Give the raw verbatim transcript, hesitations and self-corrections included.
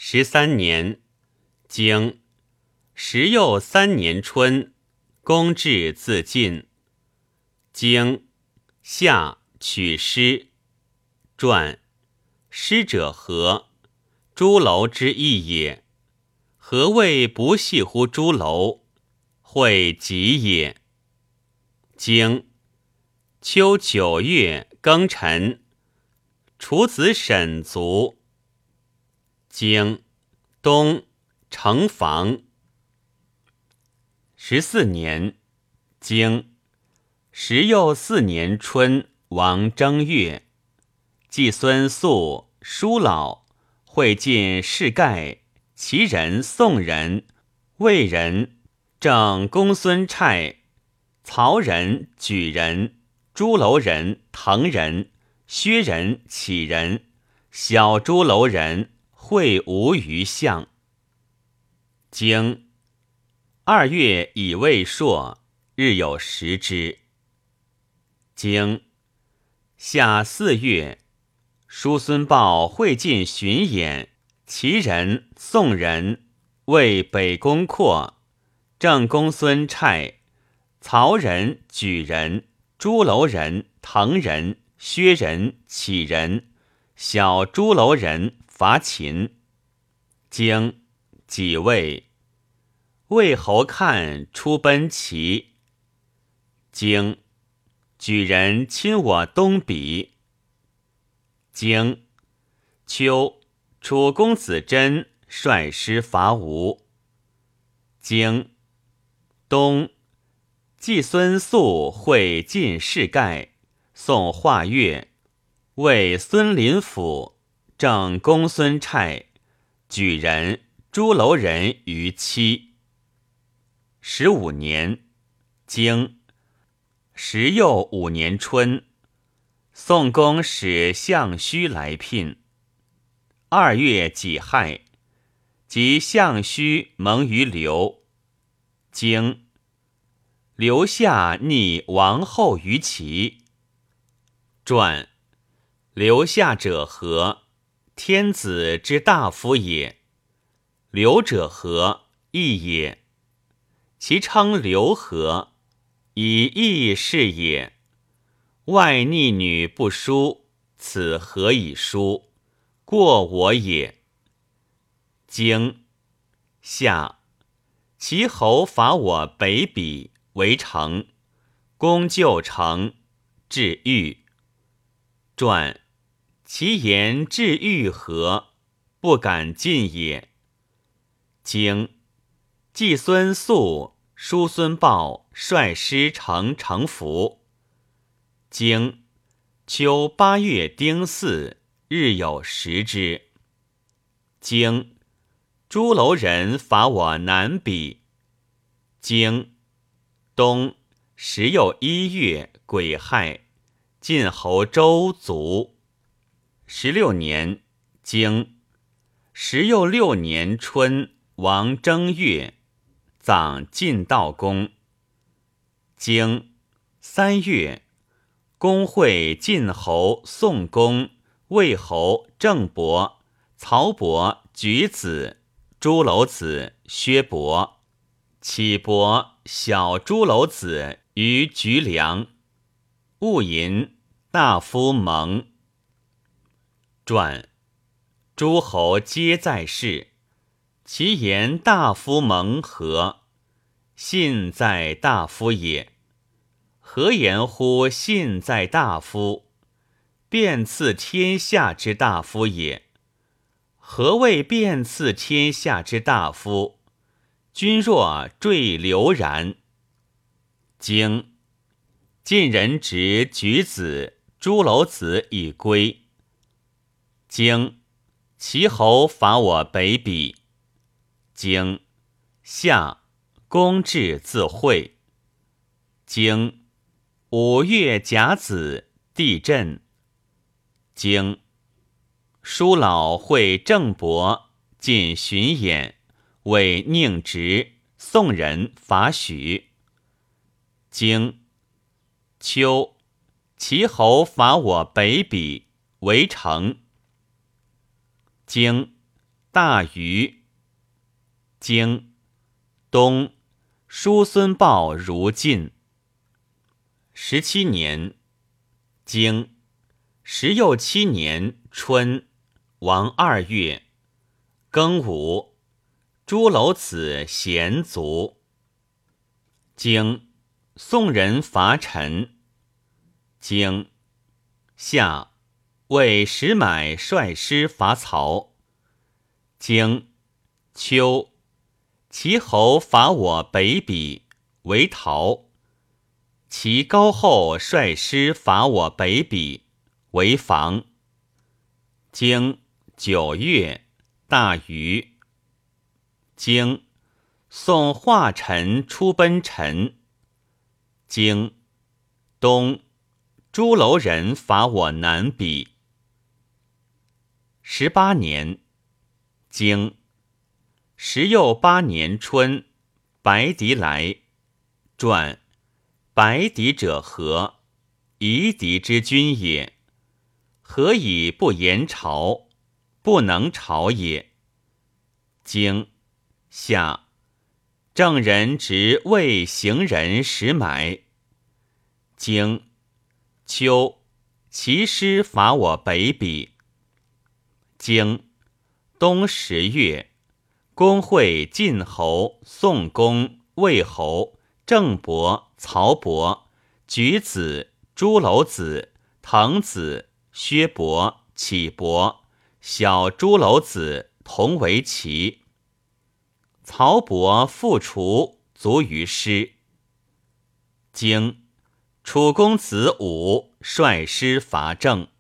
十三年，经十又三年春，公至自尽。经夏取师。传师者何？朱楼之意也。何谓不系乎朱楼？会己也。经秋九月庚辰，楚子沈卒。经冬城防。十四年，经十又四年春，王正月，季孙宿、叔老会进士盖、齐人、宋人、魏人、郑公孙瓒、曹人、莒人、朱楼人、滕人、薛人、杞人、小朱楼人会吴于相。经二月乙未朔，日有食之。经夏四月，叔孙豹会进巡演，齐人、宋人为北宫括、郑公孙瓒、曹人、莒人、朱楼人、滕人、薛人、杞人、小朱楼人伐秦。经己未，魏侯看出奔齐。经莒人侵我东鄙。经秋，楚公子真率师伐吴。经冬，季孙宿会晋士盖、宋华岳、魏孙林甫、郑公孙瓒、莒人、朱楼人于期。十五年，经十又五年春，宋公使项须来聘。二月己亥，即项须盟于刘。经刘下逆王后于齐。传刘下者何？天子之大夫也。刘者何？义也。其称刘何？以义是也。外逆女不淑，此何以淑？过我也。经夏，齐侯伐我北鄙，为城。攻旧城，至豫。传其言至豫何？不敢进也。经季孙宿、叔孙豹率师乘城服。经秋八月丁巳，日有食之。经朱楼人伐我南鄙。经冬十又一月癸亥，晋侯周卒。十六年，经十又六年春，王正月，葬晋悼公。经三月，公会晋侯、宋公、魏侯、郑伯、曹伯、举子、朱楼子、薛伯、杞伯、小朱楼子于莒梁。戊寅，大夫盟。传诸侯皆在世，其言大夫盟何？信在大夫也。何言乎信在大夫？遍赐天下之大夫也。何谓遍赐天下之大夫？君若坠流然。经晋人执举子、朱楼子以归。经齐侯伐我北鄙。经夏，公至自会。经五月甲子，地震。经叔老会郑伯进巡演，为宁直、宋人伐许。经秋，齐侯伐我北鄙，围城。经大禹。经冬，叔孙豹如晋。十七年，经十又七年春，王二月，庚午，朱楼子咸卒。经宋人伐陈。经夏，为石买率师伐曹。经秋，齐侯伐我北鄙，为陶。齐高后率师伐我北鄙，为房。经九月，大禹。经宋华臣出奔陈。经冬，朱楼人伐我南鄙。十八年，经十又八年春，白狄来。传白狄者何？夷狄之君也。何以不言朝？不能朝也。经夏，郑人执魏行人石买。经秋，齐师伐我北鄙。经冬十月，公会晋侯、宋公、魏侯、郑伯、曹伯、举子、朱楼子、滕子、薛伯、杞伯、小朱楼子同为齐。曹伯复除，卒于师。经楚公子武率师伐郑。